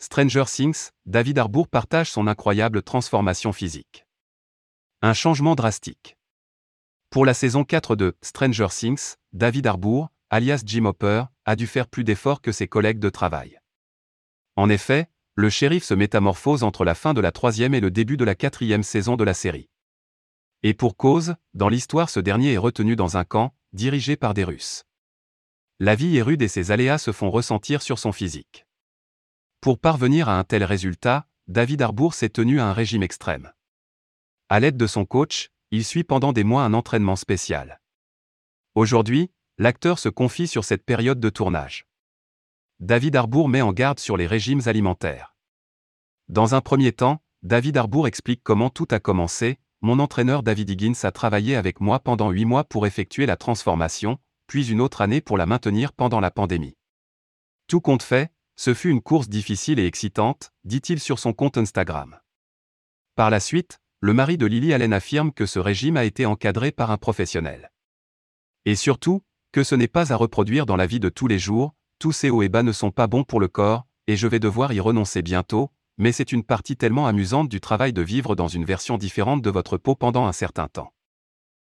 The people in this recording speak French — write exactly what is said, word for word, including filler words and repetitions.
Stranger Things, David Harbour partage son incroyable transformation physique. Un changement drastique. Pour la saison quatre de Stranger Things, David Harbour, alias Jim Hopper, a dû faire plus d'efforts que ses collègues de travail. En effet, le shérif se métamorphose entre la fin de la troisième et le début de la quatrième saison de la série. Et pour cause, dans l'histoire ce dernier est retenu dans un camp, dirigé par des Russes. La vie est rude et ses aléas se font ressentir sur son physique. Pour parvenir à un tel résultat, David Harbour s'est tenu à un régime extrême. À l'aide de son coach, il suit pendant des mois un entraînement spécial. Aujourd'hui, l'acteur se confie sur cette période de tournage. David Harbour met en garde sur les régimes alimentaires. Dans un premier temps, David Harbour explique comment tout a commencé. Mon entraîneur David Higgins a travaillé avec moi pendant huit mois pour effectuer la transformation, puis une autre année pour la maintenir pendant la pandémie. Tout compte fait, ce fut une course difficile et excitante, dit-il sur son compte Instagram. Par la suite, le mari de Lily Allen affirme que ce régime a été encadré par un professionnel. Et surtout, que ce n'est pas à reproduire dans la vie de tous les jours, tous ces hauts et bas ne sont pas bons pour le corps, et je vais devoir y renoncer bientôt, mais c'est une partie tellement amusante du travail de vivre dans une version différente de votre peau pendant un certain temps.